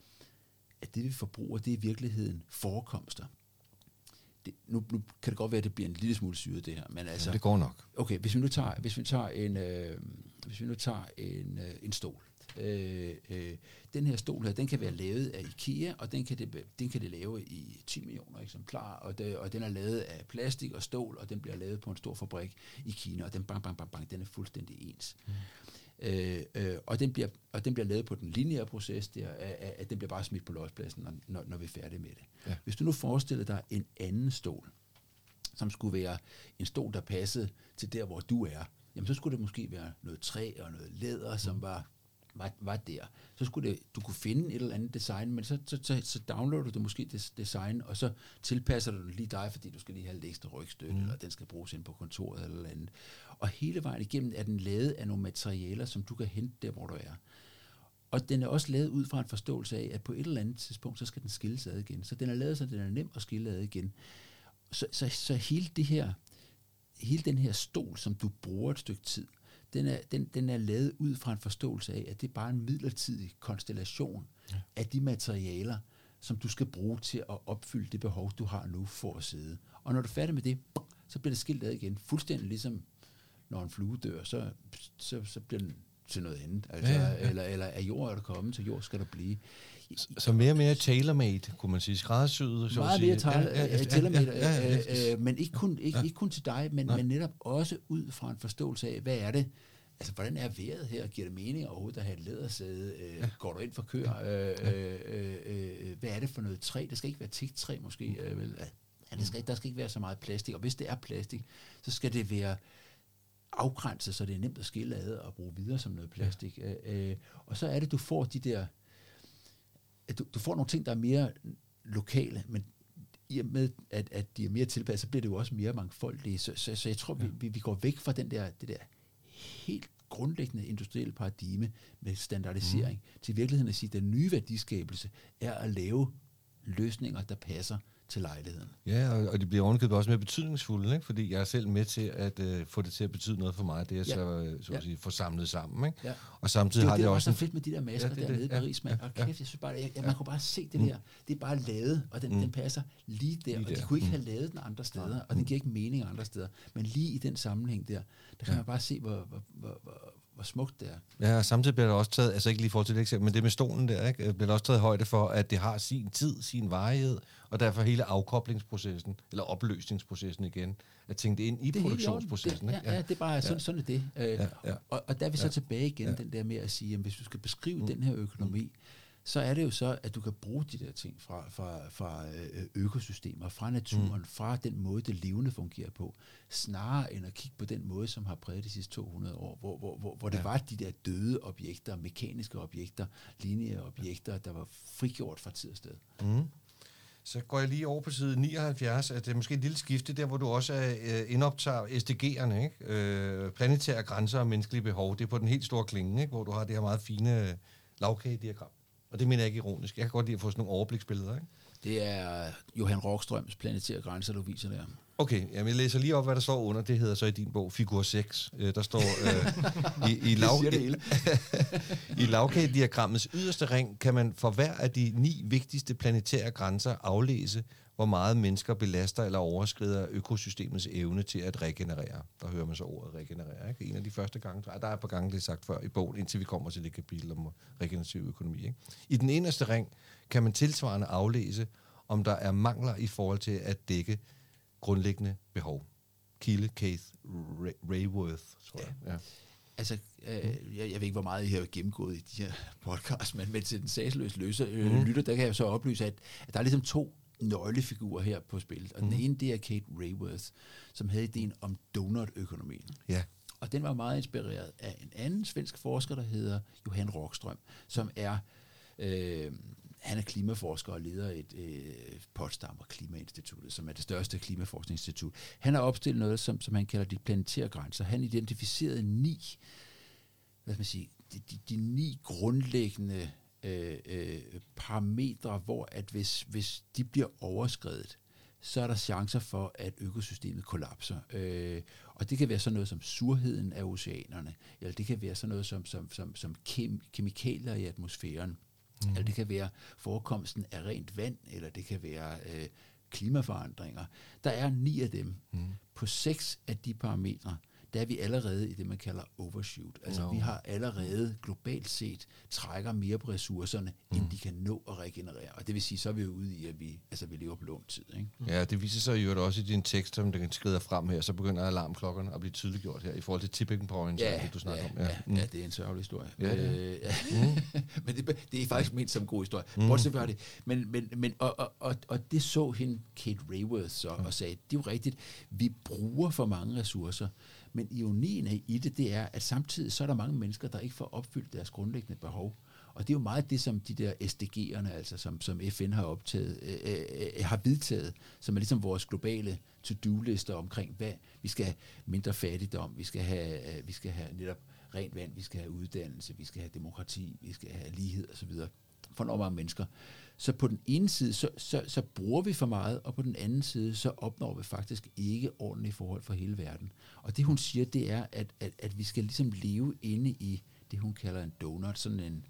at det, vi forbruger, det er i virkeligheden forekomster. Det, nu, nu kan det godt være, at det bliver en lille smule syret, det her, men altså... Ja, det går nok. Okay, hvis vi nu tager, hvis vi tager en, øh, hvis vi nu tager en, øh, en stol. Øh, øh, den her stol her, den kan være lavet af IKEA, og den kan det, den kan det lave i ti millioner eksemplarer, og, det, og den er lavet af plastik og stål, og den bliver lavet på en stor fabrik i Kina, og den bang, bang, bang, bang, den er fuldstændig ens. Mm. Øh, øh, og, den bliver, og den bliver lavet på den lineære proces, der, at, at den bliver bare smidt på lodspladsen, når, når, når vi er færdige med det. Ja. Hvis du nu forestiller dig en anden stol, som skulle være en stol, der passede til der, hvor du er, jamen så skulle det måske være noget træ og noget læder, som var, var, var der. Så skulle det, du kunne finde et eller andet design, men så, så, så, så downloader du måske det design, og så tilpasser du det lige dig, fordi du skal lige have lidt ekstra rygstøtte, mm. eller den skal bruges ind på kontoret eller andet. Og hele vejen igennem er den lavet af nogle materialer, som du kan hente der, hvor du er. Og den er også lavet ud fra en forståelse af, at på et eller andet tidspunkt, så skal den skilles ad igen. Så den er lavet, så den er nem at skille ad igen. Så, så, så hele det her, hele den her stol, som du bruger et stykke tid, den er, den, den er lavet ud fra en forståelse af, at det er bare en midlertidig konstellation ja. af de materialer, som du skal bruge til at opfylde det behov, du har nu for at sidde. Og når du er færdig med det, så bliver det skilt ad igen. Fuldstændig ligesom, når en flue dør, så, så, så bliver den til noget andet. Altså, ja, ja. Eller, eller af jord er du kommet, til jord skal der blive. Så mere og mere tailor-made, kunne man sige, skræddersyet. Så meget mere tailor-made, ja, ja, ja, ja, ja. men ikke kun, ikke, ja. ikke kun til dig, men, men netop også ud fra en forståelse af, hvad er det, altså hvordan er vejret her, giver det mening overhovedet at have et lædersæde, øh, ja. går du ind for køer, øh, øh, øh, øh, hvad er det for noget træ, det skal ikke være teaktræ måske, øh, vel? Ja, det skal, der skal ikke være så meget plastik, og hvis det er plastik, så skal det være afgrænset, så det er nemt at skille ad og bruge videre som noget plastik. Ja. Øh, og så er det, du får de der, du, du får nogle ting, der er mere lokale, men i og med, at, at de er mere tilpasset, så bliver det jo også mere mangfoldige. Så, så, så jeg tror, ja. vi, vi går væk fra den der, det der helt grundlæggende industrielle paradigme med standardisering, mm. til virkeligheden at sige, at den nye værdiskabelse er at lave løsninger, der passer til lejligheden. Ja, og, og de bliver ovenikøbet også mere betydningsfulde, ikke? Fordi jeg er selv med til at øh, få det til at betyde noget for mig, det er ja. så, så ja. at sige, få samlet sammen. Ikke? Ja. Og samtidig det har det, det også... Det er fedt med de der masker ja, det, dernede det, i Paris, mand. Ja, og kæft, jeg synes bare, jeg, jeg, man kunne bare se det mm. der. Det er bare lavet, og den, mm. den passer lige der, lige og de der. kunne ikke mm. have lavet den andre steder, og den giver ikke mening andre steder. Men lige i den sammenhæng der, der kan ja. man bare se, hvor, hvor, hvor, hvor hvor smukt det er. Ja, og samtidig bliver der også taget, altså ikke lige i forhold til det eksempel, men det med stolen der, ikke, bliver der også taget højde for, at det har sin tid, sin varighed, og derfor hele afkoblingsprocessen, eller opløsningsprocessen igen, at tænke det ind i det produktionsprocessen. Det, ja, ja, ja, det er bare sådan, ja. sådan er det. Ja, ja. Og, og der er vi så ja. tilbage igen, ja. den der med at sige, at hvis du skal beskrive mm. den her økonomi, mm. så er det jo så, at du kan bruge de der ting fra, fra, fra økosystemer, fra naturen, mm. fra den måde, det levende fungerer på, snarere end at kigge på den måde, som har præget de sidste to hundrede år, hvor, hvor, hvor, hvor det ja. var de der døde objekter, mekaniske objekter, lineære objekter, der var frigjort fra tid og sted. Mm. Så går jeg lige over på side nioghalvfjerds, at det er måske et lille skifte, der hvor du også øh, indoptager S D G'erne, ikke? Øh, planetære grænser og menneskelige behov. Det er på den helt store klinge, ikke? Hvor du har det her meget fine lavkagediagram. Og det mener jeg ikke ironisk. Jeg kan godt lide at få sådan nogle overbliksbilleder, ikke? Det er Johan Rockströms planetære grænser, du viser der. Okay, jamen jeg læser lige op, hvad der står under. Det hedder så i din bog figur seks. Der står øh, i, i, lav, i lavkagediagrammets yderste ring kan man for hver af de ni vigtigste planetære grænser aflæse, hvor meget mennesker belaster eller overskrider økosystemets evne til at regenerere. Der hører man så ordet regenerere, ikke? En af de første gange, der er et par gange det sagt før i bogen, indtil vi kommer til det kapitel om regenerativ økonomi. Ikke? I den inderste ring kan man tilsvarende aflæse, om der er mangler i forhold til at dække grundlæggende behov. Kilde Keith Raworth, tror jeg. Ja. Altså, øh, jeg, jeg ved ikke, hvor meget I har gennemgået i de her podcasts, men, men til den sagsløse løser, øh, mm. lytter, der kan jeg så oplyse, at, at der er ligesom to nøglefigurer her på spillet. Og mm. den ene, det er Kate Raworth, som havde ideen om donut-økonomien. Ja. Og den var meget inspireret af en anden svensk forsker, der hedder Johan Rockström, som er... Øh, han er klimaforsker og leder et øh, Potsdamer Klimainstituttet, som er det største klimaforskningsinstitut. Han har opstillet noget, som, som han kalder de planetære grænser. Han identificerede ni, hvad skal man sige, de, de, de ni grundlæggende øh, øh, parametre, hvor at hvis, hvis de bliver overskredet, så er der chancer for, at økosystemet kollapser. Øh, og det kan være sådan noget som surheden af oceanerne, eller det kan være sådan noget som, som, som, som kem, kemikalier i atmosfæren, mm. eller det kan være forekomsten af rent vand, eller det kan være øh, klimaforandringer. Der er ni af dem. Mm. På seks af de parametre, der er vi allerede i det, man kalder overshoot. Altså no. vi har allerede globalt set trækker mere på ressourcerne, mm. end de kan nå at regenerere. Og det vil sige, så er vi jo ude i, at vi, altså, vi lever på lånt tid. Ikke? Ja, det viser sig jo også i din tekst, som den skrider frem her, så begynder alarmklokkerne at blive tydeliggjort her, i forhold til tipping point, ja, det du snakker ja, om. Ja. Ja, mm. ja, det er en sørgelig historie. Ja, det øh, ja. mm. Men det, det er faktisk ment som en god historie. Mm. Bortset fra det. Men, men, men, og, og, og, og det så hende Kate Raworth så, og, og sagde, det er jo rigtigt, vi bruger for mange ressourcer, men ironien i det, det er, at samtidig så er der mange mennesker, der ikke får opfyldt deres grundlæggende behov. Og det er jo meget det, som de der S D G'erne, altså som, som F N har optaget, øh, øh, har vedtaget, som er ligesom vores globale to-do-lister omkring, hvad vi skal have mindre fattigdom, vi skal have, øh, vi skal have netop rent vand, vi skal have uddannelse, vi skal have demokrati, vi skal have lighed osv. for enormt mange mennesker. Så på den ene side, så, så, så bruger vi for meget, og på den anden side, så opnår vi faktisk ikke ordentlige forhold for hele verden. Og det hun siger, det er, at, at, at vi skal ligesom leve inde i det, hun kalder en donut, sådan en,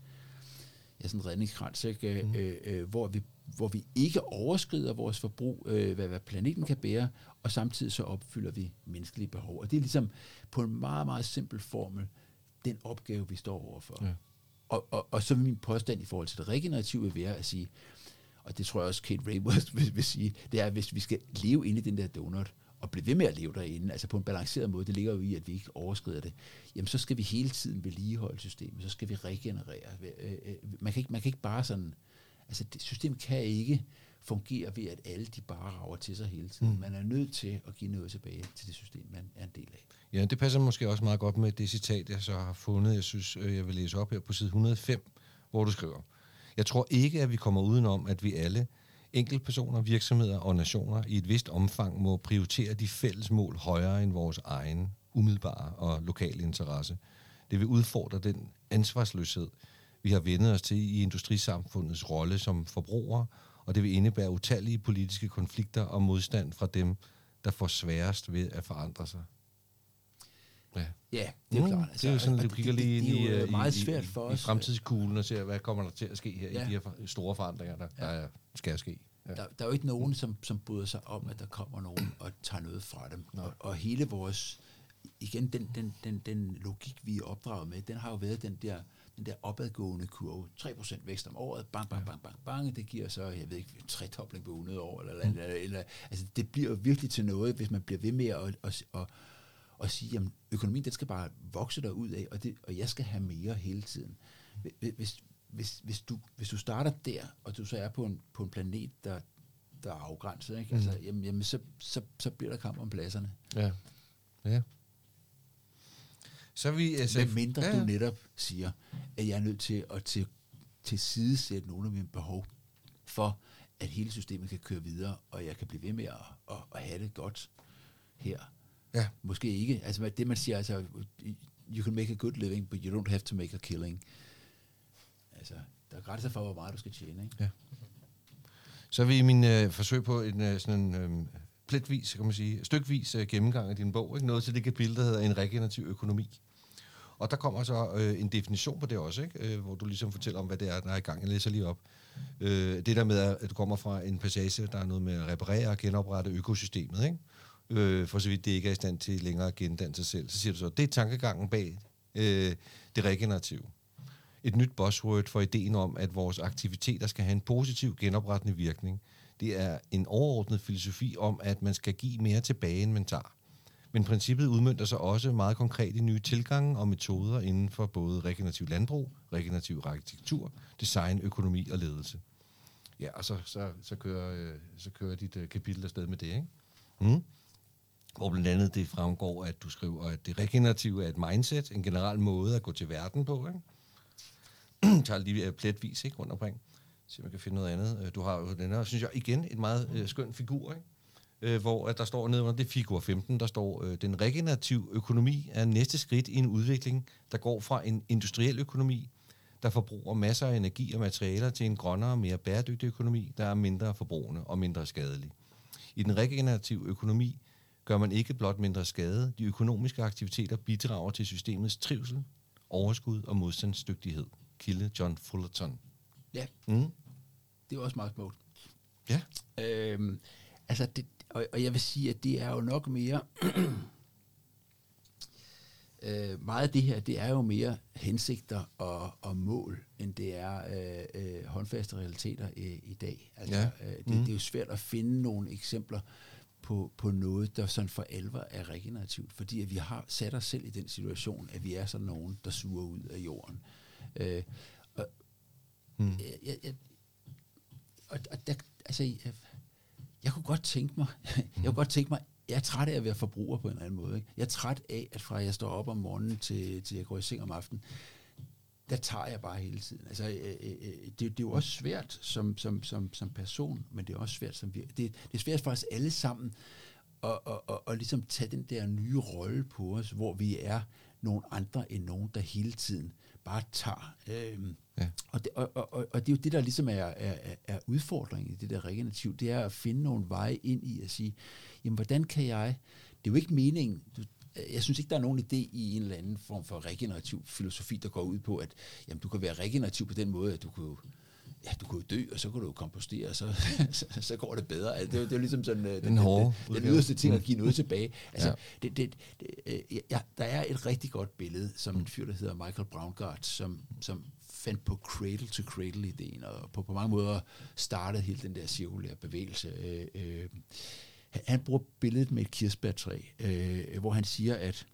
ja, sådan en redningskrans, ikke? Mm. Øh, øh, hvor, vi, hvor vi ikke overskrider vores forbrug, øh, hvad, hvad planeten kan bære, og samtidig så opfylder vi menneskelige behov. Og det er ligesom på en meget, meget simpel formel, den opgave, vi står overfor. Ja. Og, og, og så vil min påstand i forhold til det regenerative vil være at sige, og det tror jeg også Kate Raworth vil, vil sige, det er, at hvis vi skal leve inde i den der donut, og blive ved med at leve derinde, altså på en balanceret måde, det ligger jo i, at vi ikke overskrider det, jamen så skal vi hele tiden vedligeholde systemet, så skal vi regenerere. Man kan ikke, man kan ikke bare sådan, altså det, systemet kan ikke fungere ved, at alle de bare rager til sig hele tiden. Mm. Man er nødt til at give noget tilbage til det system, man er en del af. Ja, det passer måske også meget godt med det citat, jeg så har fundet. Jeg synes, jeg vil læse op her på side et hundrede og fem, hvor du skriver: Jeg tror ikke, at vi kommer udenom, at vi alle, enkeltpersoner, virksomheder og nationer, i et vist omfang må prioritere de fælles mål højere end vores egen umiddelbare og lokale interesse. Det vil udfordre den ansvarsløshed, vi har vendet os til i industrisamfundets rolle som forbrugere, og det vil indebære utallige politiske konflikter og modstand fra dem, der får sværest ved at forandre sig. Ja, ja, det er jo mm, klart. Altså, det er jo sådan, at du kigger lige det, det, det er jo i, meget i, svært for i, os. i fremtidskuglen og ser, hvad kommer der til at ske her ja. i de her store forandringer, der, ja. der skal ske. Ja. Der, der er jo ikke nogen, som, som bryder sig om, at der kommer nogen og tager noget fra dem. Og, og hele vores, igen, den, den, den, den logik, vi er opdraget med, den har jo været den der, den der opadgående kurve. tre procent vækst om året, bang, bang, bang, bang, bang. Det giver så, jeg ved ikke, tredobling på hundrede år. Eller, eller, eller, eller, altså, det bliver jo virkelig til noget, hvis man bliver ved med at, at, at, at sige, jamen, økonomien, den skal bare vokse derud af, og, det, og jeg skal have mere hele tiden. Hvis, hvis, hvis, du, hvis du starter der, og du så er på en, på en planet, der, der er afgrænset, ikke? Altså, mm. jamen, jamen, så, så, så bliver der kamp om pladserne. Ja, ja. Så vi, altså, Hvem mindre ja, ja. du netop siger, at jeg er nødt til at til, til sidesætte nogle af mine behov, for at hele systemet kan køre videre, og jeg kan blive ved med at, at, at have det godt her. Ja. Måske ikke. Altså det man siger, altså, you can make a good living, but you don't have to make a killing. Altså, der er grænser for, hvor meget du skal tjene, ikke? Ja. Så er vi i min øh, forsøg på en øh, sådan en øh, pletvis, kan man sige, stykvis øh, gennemgang af din bog, ikke? Noget til det kapitel, der hedder En regenerativ økonomi. Og der kommer så øh, en definition på det også, ikke? Øh, hvor du ligesom fortæller om, hvad det er, der er i gang. Jeg læser lige op. Øh, det der med, at du kommer fra en passage, der er noget med at reparere og genoprette økosystemet, ikke? Øh, for så vidt det ikke er i stand til længere at gendanne sig selv. Så siger du så, det er tankegangen bag øh, det regenerative. Et nyt buzzword for ideen om, at vores aktiviteter skal have en positiv genoprettende virkning. Det er en overordnet filosofi om, at man skal give mere tilbage, end man tager. Men princippet udmønter sig også meget konkret i nye tilgange og metoder inden for både regenerativ landbrug, regenerativ arkitektur, design, økonomi og ledelse. Ja, og så, så, så, kører, så kører dit kapitel afsted med det, ikke? Mm. Hvor blandt andet det fremgår, at du skriver, at det regenerative er et mindset, en generel måde at gå til verden på, ikke? Tager lige pletvis, ikke, rundt omkring. Se, om jeg kan finde noget andet. Du har jo den her, synes jeg, igen et meget øh, skøn figur, ikke? Øh, hvor at der står nede under det figur femten, der står, øh, den regenerative økonomi er næste skridt i en udvikling, der går fra en industriel økonomi, der forbruger masser af energi og materialer, til en grønnere, mere bæredygtig økonomi, der er mindre forbrugende og mindre skadelig. I den regenerative økonomi gør man ikke blot mindre skade. De økonomiske aktiviteter bidrager til systemets trivsel, overskud og modstandsdygtighed. Kilde John Fullerton. Ja, Mm. det er også meget smukt. Ja. Øhm, altså, det, og, og jeg vil sige, at det er jo nok mere... øh, meget af det her, det er jo mere hensigter og, og mål, end det er øh, øh, håndfaste realiteter i, i dag. Altså, Ja. øh, det, Mm. det er jo svært at finde nogle eksempler på, på noget, der sådan for alvor er regenerativt, fordi at vi har sat os selv i den situation, at vi er sådan nogen, der suger ud af jorden. Øh, og, Mm. jeg, jeg, jeg, og, og der, altså, jeg, jeg kunne godt tænke mig, jeg kunne godt tænke mig, jeg er træt af at være forbruger på en eller anden måde. Ikke? Jeg er træt af, at fra jeg står op om morgenen til, til jeg går i seng om aftenen, der tager jeg bare hele tiden. Altså, øh, øh, det, det er jo også svært som, som, som, som person, men det er også svært som vi. Det, det er svært for os alle sammen at, at, at, at ligesom tage den der nye rolle på os, hvor vi er nogle andre end nogen, der hele tiden bare tager. Øh, Ja. og, det, og, og, og det er jo det, der ligesom er, er, er udfordringen i det der regenerativ, det er at finde nogle veje ind i at sige, jamen hvordan kan jeg, det er jo ikke meningen, du, jeg synes ikke, der er nogen idé i en eller anden form for regenerativ filosofi, der går ud på, at jamen, du kan være regenerativ på den måde, at du kan jo, ja, du kan jo dø, og så kan du jo kompostere, og så, så, så går det bedre. Altså, det, er jo, det er jo ligesom sådan, den, den, den, den yderste ting at give noget tilbage. Altså, ja. det, det, det, ja, der er et rigtig godt billede, som en fyr, der hedder Michael Braungart, som, som fandt på cradle-to-cradle-ideen, og på, på mange måder startede hele den der cirkulære bevægelse. Øh, øh, han bruger billedet med et kirsebærtræ, øh, hvor han siger, at,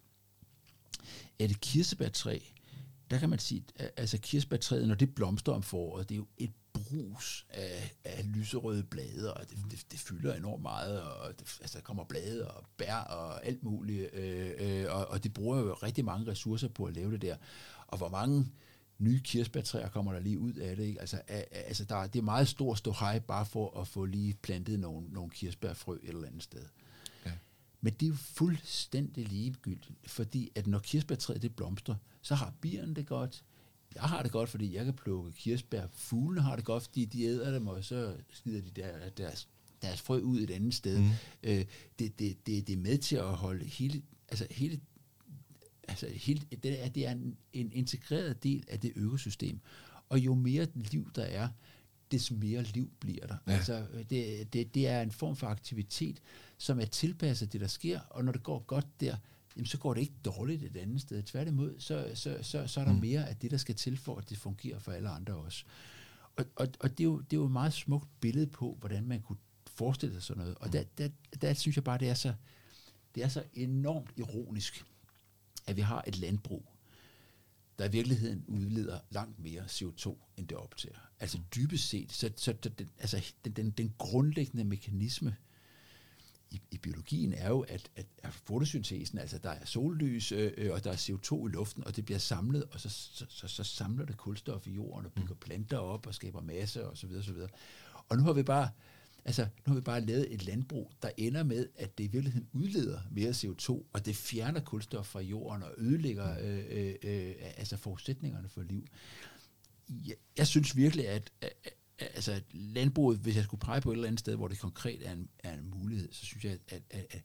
at et kirsebærtræ, der kan man sige, at altså kirsebærtræet, når det blomstrer om foråret, det er jo et brus af, af lyserøde blade, og det, det, det fylder enormt meget, og det, altså, der kommer blade og bær og alt muligt, øh, øh, og, og det bruger jo rigtig mange ressourcer på at lave det der. Og hvor mange nye kirsebærtræer kommer der lige ud af det, ikke? Altså, a, altså der, det er meget stor ståhej bare for at få lige plantet nogle, nogle kirsebærfrø et eller andet sted. Ja. Men det er jo fuldstændig ligegyldigt, fordi at når kirsebærtræet det blomstrer, så har bierne det godt. Jeg har det godt, fordi jeg kan plukke kirsebær. Fuglene har det godt, fordi de æder dem, og så skider de der, deres, deres frø ud et andet sted. Mm. Øh, det, det, det, det er med til at holde hele, altså hele Altså, hele, det er, det er en, en integreret del af det økosystem. Og jo mere liv der er, des mere liv bliver der. Ja. Altså, det, det, det er en form for aktivitet, som er tilpasset det, der sker, og når det går godt der, jamen, så går det ikke dårligt et andet sted. Tværtimod, så, så, så, så er der mm. mere af det, der skal til for, at det fungerer for alle andre også. Og, og, og det, er jo, det er jo et meget smukt billede på, hvordan man kunne forestille sig sådan noget. Og der, der, der synes jeg bare, det er så, det er så enormt ironisk, at vi har et landbrug, der i virkeligheden udleder langt mere C O to, end det optager. Altså dybest set, så, så den, altså, den, den, den grundlæggende mekanisme i, i biologien er jo, at, at, at fotosyntesen, altså der er sollys, øh, og der er C O to i luften, og det bliver samlet, og så, så, så, så samler det kulstof i jorden, og bygger planter op, og skaber masse, og så videre, så videre. Og nu har vi bare Altså, nu har vi bare lavet et landbrug, der ender med, at det i virkeligheden udleder mere C O to, og det fjerner kulstof fra jorden og ødelægger øh, øh, øh, altså forudsætningerne for liv. Jeg, jeg synes virkelig, at, at, at altså landbruget, hvis jeg skulle pege på et eller andet sted, hvor det konkret er en, er en mulighed, så synes jeg, at, at, at,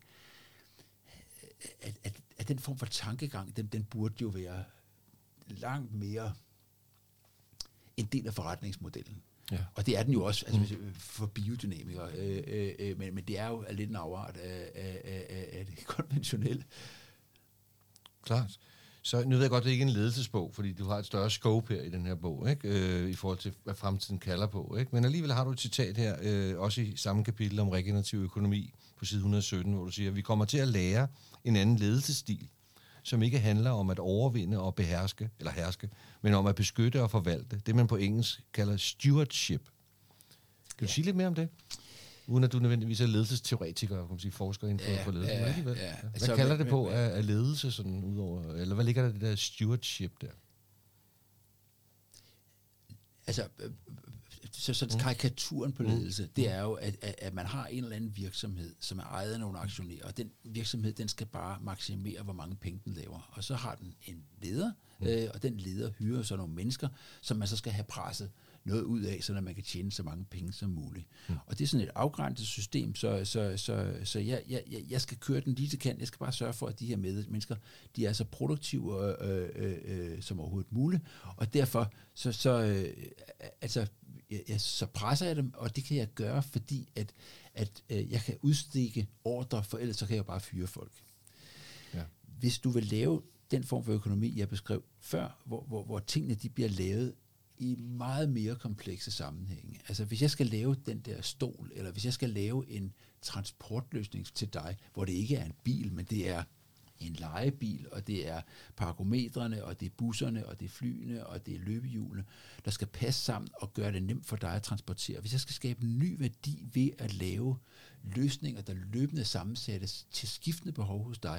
at, at, at den form for tankegang, den, den burde jo være langt mere en del af forretningsmodellen. Ja. Og det er den jo også altså, mm. for biodynamikere, øh, øh, øh, men, men det er jo lidt en afart af, af, af, af det konventionelle. Klart. Så nu ved jeg godt, det er ikke en ledelsesbog, fordi du har et større scope her i den her bog, ikke? Øh, i forhold til, hvad fremtiden kalder på. Ikke? Men alligevel har du et citat her, øh, også i samme kapitel om regenerativ økonomi, på side et hundrede og sytten, hvor du siger, at vi kommer til at lære en anden ledelsesstil, som ikke handler om at overvinde og beherske, eller herske, men om at beskytte og forvalte. Det, man på engelsk kalder stewardship. Kan du ja. sige lidt mere om det? Uden at du nødvendigvis er ledelsesteoretiker, kan man sige, forsker inden for, ja, for ledelse. Ja, ja. Hvad altså, kalder men, det på men, af, af ledelse, sådan udover, eller hvad ligger der det der stewardship der? Altså, så, så karikaturen på ledelse, det er jo, at, at, at man har en eller anden virksomhed, som er ejet af nogle aktionærer, og den virksomhed, den skal bare maksimere, hvor mange penge den laver. Og så har den en leder, øh, og den leder hyrer så nogle mennesker, som man så skal have presset noget ud af, så man kan tjene så mange penge som muligt. Mm. Og det er sådan et afgrænset system, så, så, så, så jeg, jeg, jeg skal køre den lige til kant. Jeg skal bare sørge for, at de her mennesker, de er så produktive øh, øh, øh, som overhovedet muligt, og derfor så, så, øh, altså, jeg, så presser jeg dem, og det kan jeg gøre, fordi at, at øh, jeg kan udstikke ordre, for ellers så kan jeg bare fyre folk. Ja. Hvis du vil lave den form for økonomi, jeg beskrev før, hvor, hvor, hvor tingene de bliver lavet i meget mere komplekse sammenhænge. Altså hvis jeg skal lave den der stol, eller hvis jeg skal lave en transportløsning til dig, hvor det ikke er en bil, men det er en lejebil, og det er parametrene, og det er busserne, og det er flyene, og det er løbehjulene, der skal passe sammen og gøre det nemt for dig at transportere. Hvis jeg skal skabe en ny værdi ved at lave løsninger, der løbende sammensættes til skiftende behov hos dig,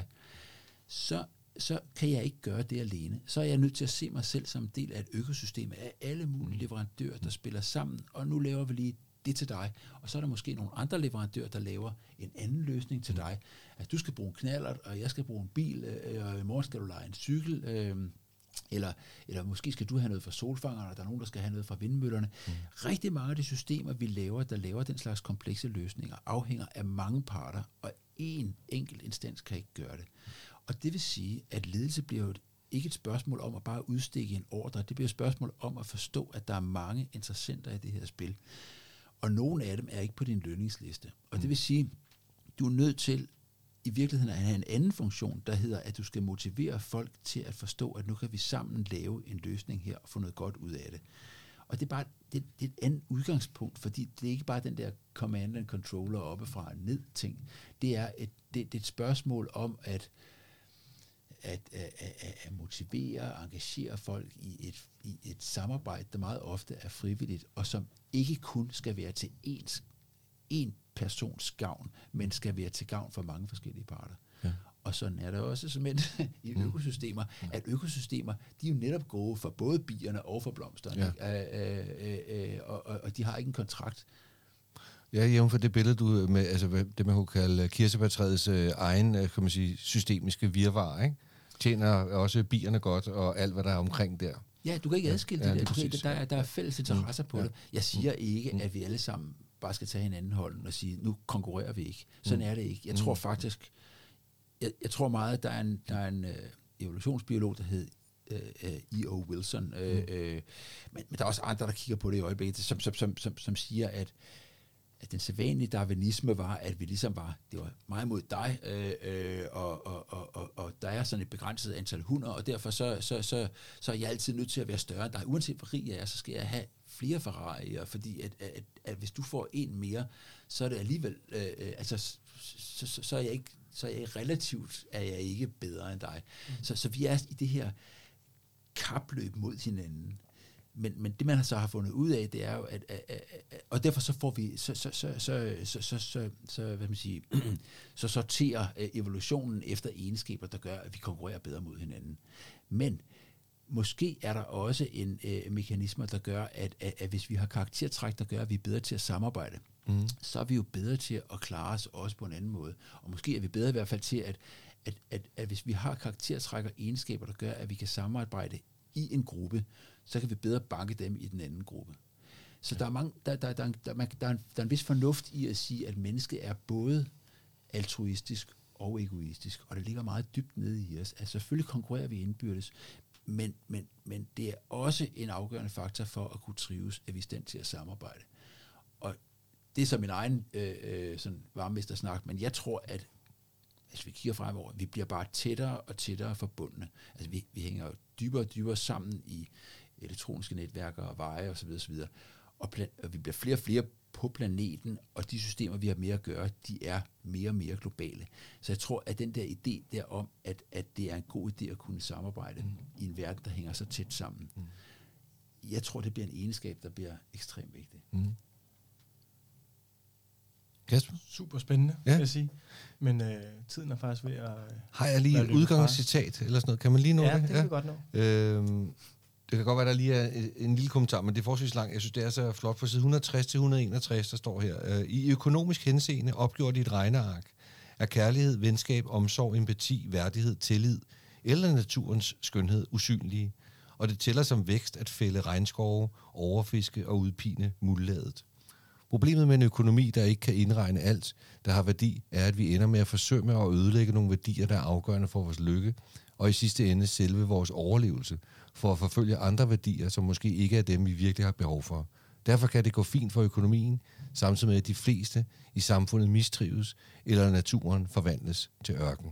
så så kan jeg ikke gøre det alene. Så er jeg nødt til at se mig selv som en del af et økosystem af alle mulige leverandører, der spiller sammen, og nu laver vi lige det til dig. Og så er der måske nogle andre leverandører, der laver en anden løsning til dig. At du skal bruge en knallert, og jeg skal bruge en bil, og i morgen skal du lege en cykel, øh, eller, eller måske skal du have noget fra solfangerne, og der er nogen, der skal have noget fra vindmøllerne. Mm. Rigtig mange af de systemer, vi laver, der laver den slags komplekse løsninger, afhænger af mange parter, og én enkelt instans kan ikke gøre det. Og det vil sige, at ledelse bliver jo ikke et spørgsmål om at bare udstikke en ordre, det bliver et spørgsmål om at forstå, at der er mange interessenter i det her spil. Og nogle af dem er ikke på din lønningsliste. Og det vil sige, du er nødt til i virkeligheden at have en anden funktion, der hedder, at du skal motivere folk til at forstå, at nu kan vi sammen lave en løsning her og få noget godt ud af det. Og det er bare det, det er et andet udgangspunkt, fordi det er ikke bare den der command and controller oppefra og ned ting. Det er et, det, det er et spørgsmål om at At, at, at, at motivere og engagere folk i et, i et samarbejde, der meget ofte er frivilligt, og som ikke kun skal være til ens, en persons gavn, men skal være til gavn for mange forskellige parter. Ja. Og sådan er det også simpelthen i økosystemer, mm. at økosystemer, de er jo netop gode for både bierne og for blomsterne, ja. øh, øh, øh, og, og, og de har ikke en kontrakt. Ja, jævn for det billede, du med, altså det man kunne kalde kirsebærtræets øh, egen, kan man sige, systemiske virvar, ikke? Tjener også bierne godt, og alt, hvad der er omkring der. Ja, du kan ikke adskille ja, det, ja, det, det, det der, der er fælles interesser mm. på ja. det. Jeg siger mm. ikke, at vi alle sammen bare skal tage hinanden hånden og sige, nu konkurrerer vi ikke. Sådan mm. er det ikke. Jeg tror faktisk, jeg, jeg tror meget, at der er en, der er en uh, evolutionsbiolog, der hed uh, uh, E O Wilson, uh, mm. uh, men, men der er også andre, der kigger på det i øjeblikket, som, som, som, som, som siger, at at den sædvanlige darwinisme var, at vi ligesom var, det var mig mod dig, øh, øh, og, og, og, og, og der er sådan et begrænset antal hunder, og derfor så, så, så, så er jeg altid nødt til at være større end dig. Uanset hvor rig jeg er, så skal jeg have flere Ferrari'er, fordi at, at, at, at hvis du får en mere, så er det alligevel, øh, altså, så, så, så er jeg ikke, så er jeg relativt, er jeg ikke bedre end dig. Mm. Så, så vi er i det her kapløb mod hinanden. Men, men det, man så har fundet ud af, det er jo, at, at, at, at og derfor så får vi, så, så, så, så, så, så, så, så hvad man siger, så sorterer evolutionen efter egenskaber, der gør, at vi konkurrerer bedre mod hinanden. Men måske er der også en øh, mekanismer, der gør, at, at, at hvis vi har karaktertræk, der gør, at vi er bedre til at samarbejde, mm. så er vi jo bedre til at klare os også på en anden måde. Og måske er vi bedre i hvert fald til, at, at, at, at hvis vi har karaktertræk og egenskaber, der gør, at vi kan samarbejde i en gruppe, så kan vi bedre banke dem i den anden gruppe. Så ja. der, er mange, der, der, der, der, der, der, er en, der er en vis fornuft i at sige, at mennesket er både altruistisk og egoistisk, og det ligger meget dybt nede i os. Altså selvfølgelig konkurrerer vi indbyrdes, men, men, men det er også en afgørende faktor for at kunne trives, at vi er i stand til at samarbejde. Og det er så min egen øh, sådan varmestersnak, men jeg tror, at hvis vi kigger fremover, vi bliver bare tættere og tættere forbundne. Altså vi, vi hænger dybere og dybere sammen i elektroniske netværker og veje osv. osv. Og, plan, og vi bliver flere og flere på planeten, og de systemer, vi har med at gøre, de er mere og mere globale. Så jeg tror, at den der idé der om, at, at det er en god idé at kunne samarbejde mm. i en verden, der hænger så tæt sammen, mm. jeg tror, det bliver en egenskab, der bliver ekstremt vigtig. Mm. Kasper? Super spændende, ja. Vil jeg sige. Men øh, tiden er faktisk ved at... Har jeg lige et udgangscitat eller sådan noget? Kan man lige nå ja, det? det kan ja. vi godt nå. Øhm, Det kan godt være, der lige er en, en lille kommentar, men det er forholdsvis langt. Jeg synes, det er så flot. På side et hundrede og tres til et hundrede og enogtres, der står her, øh, i økonomisk henseende opgjort i et regneark er kærlighed, venskab, omsorg, empati, værdighed, tillid eller naturens skønhed usynlige, og det tæller som vækst at fælde regnskove, overfiske og udpine muldladet. Problemet med en økonomi, der ikke kan indregne alt, der har værdi, er, at vi ender med at forsømme og ødelægge nogle værdier, der er afgørende for vores lykke, og i sidste ende selve vores overlevelse, for at forfølge andre værdier, som måske ikke er dem, vi virkelig har behov for. Derfor kan det gå fint for økonomien, samtidig med, at de fleste i samfundet mistrives, eller naturen forvandles til ørken.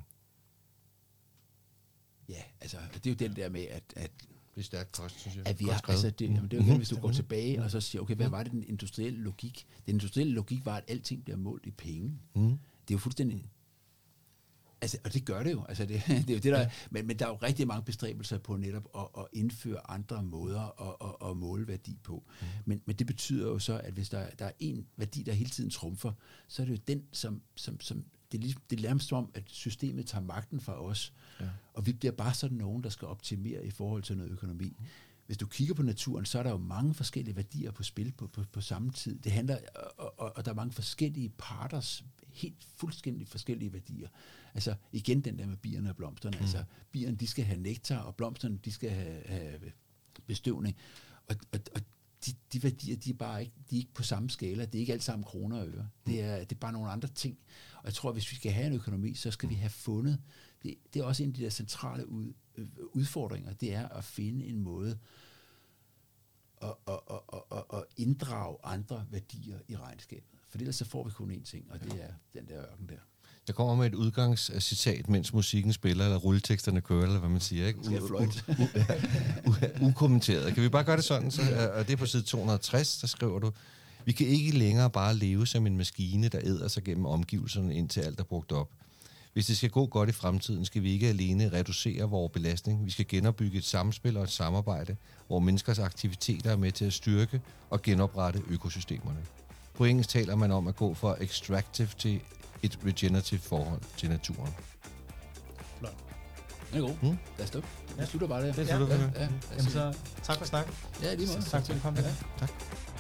Ja, altså, det er jo den der med, at, at Det er stærkt kost, synes jeg. At vi har, altså det, jamen det er jo igen, hvis du går tilbage og så siger, okay, hvad var det den industrielle logik? Den industrielle logik var, at alting bliver målt i penge. Mm. Det er jo fuldstændig... Altså, og det gør det jo. Altså, det, det er jo det, der, ja. men, men der er jo rigtig mange bestræbelser på netop at, at indføre andre måder at, at, at måle værdi på. Mm. Men, men det betyder jo så, at hvis der, der er en værdi, der hele tiden trumfer, så er det jo den, som... som, som det, er ligesom, det er nærmest som om, at systemet tager magten fra os, ja. Og vi bliver bare sådan nogen, der skal optimere i forhold til noget økonomi. Mm. Hvis du kigger på naturen, så er der jo mange forskellige værdier på spil på, på, på samme tid. Det handler, og, og, og der er mange forskellige parters, helt fuldstændig forskellige værdier. Altså igen den der med bierne og blomsterne. Mm. Altså bierne, de skal have nektar, og blomsterne, de skal have, have bestøvning. Og, og, og de, de værdier, de er bare ikke, de er ikke på samme skala. Det er ikke alt sammen kroner og øre. Det er, det er bare nogle andre ting. Og jeg tror, at hvis vi skal have en økonomi, så skal vi have fundet, det, det er også en af de der centrale ud, øh, udfordringer, det er at finde en måde at, at, at, at, at inddrage andre værdier i regnskabet. For ellers så får vi kun én ting, og det er den der ørken der. Jeg kommer med et udgangscitat, mens musikken spiller, eller rulleteksterne kører, eller hvad man siger, ikke? Skal jeg fløjte? Ukommenteret. Kan vi bare gøre det sådan? Så, og det er på side to hundrede og tres, der skriver du, vi kan ikke længere bare leve som en maskine, der æder sig gennem omgivelserne, indtil alt er brugt op. Hvis det skal gå godt i fremtiden, skal vi ikke alene reducere vores belastning. Vi skal genopbygge et samspil og et samarbejde, hvor menneskers aktiviteter er med til at styrke og genoprette økosystemerne. På engelsk taler man om at gå fra extractive til et regenerative forhold til naturen. Flot. Det er god. Hmm? Lad os stå. Vi slutter bare det. Det slutter ja, vi ja, ja. Jamen så tak for snak. Ja, lige måde. Tak for at du kom. Ja, tak.